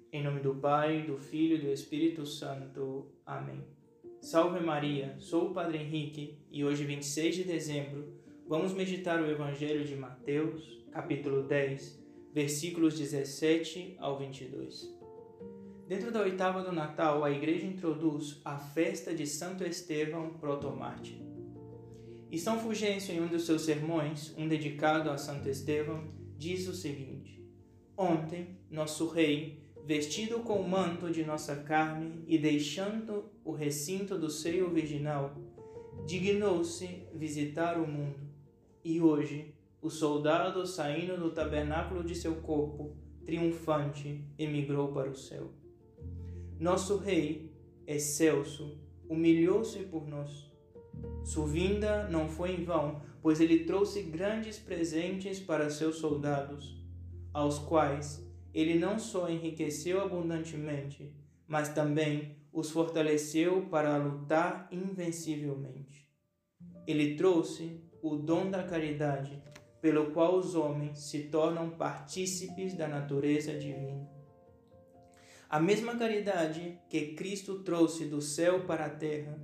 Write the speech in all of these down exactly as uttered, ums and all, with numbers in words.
Em nome do Pai, do Filho e do Espírito Santo. Amém. Salve Maria, sou o Padre Henrique e hoje, vinte e seis de dezembro, vamos meditar o Evangelho de Mateus, capítulo dez, versículos dezessete ao vinte e dois. Dentro da oitava do Natal, a Igreja introduz a festa de Santo Estevão, protomártir. E São Fulgêncio, em um dos seus sermões, um dedicado a Santo Estevão, diz o seguinte: Ontem, nosso rei, vestido com o manto de nossa carne e deixando o recinto do seio virginal, dignou-se visitar o mundo. E hoje, o soldado, saindo do tabernáculo de seu corpo, triunfante, emigrou para o céu. Nosso rei, excelso, humilhou-se por nós. Sua vinda não foi em vão, pois ele trouxe grandes presentes para seus soldados, aos quais ele não só enriqueceu abundantemente, mas também os fortaleceu para lutar invencivelmente. Ele trouxe o dom da caridade, pelo qual os homens se tornam partícipes da natureza divina. A mesma caridade que Cristo trouxe do céu para a terra,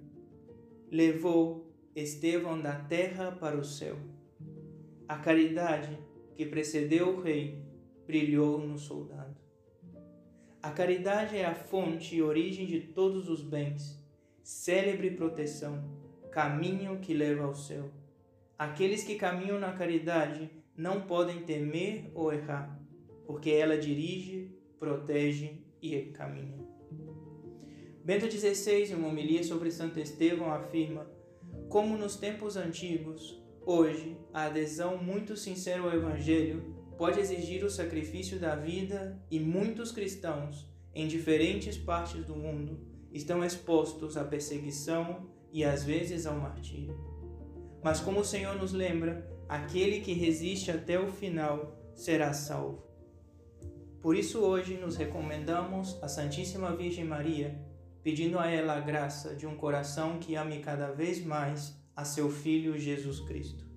levou Estevão da terra para o céu. A caridade que precedeu o rei brilhou no soldado. A caridade é a fonte e origem de todos os bens, célebre proteção, caminho que leva ao céu. Aqueles que caminham na caridade não podem temer ou errar, porque ela dirige, protege e caminha. Bento dezesseis, em uma homilia sobre Santo Estevão, afirma: como nos tempos antigos, hoje a adesão muito sincera ao Evangelho pode exigir o sacrifício da vida, e muitos cristãos, em diferentes partes do mundo, estão expostos à perseguição e às vezes ao martírio. Mas como o Senhor nos lembra, aquele que resiste até o final será salvo. Por isso hoje nos recomendamos à Santíssima Virgem Maria, pedindo a ela a graça de um coração que ame cada vez mais a seu Filho Jesus Cristo.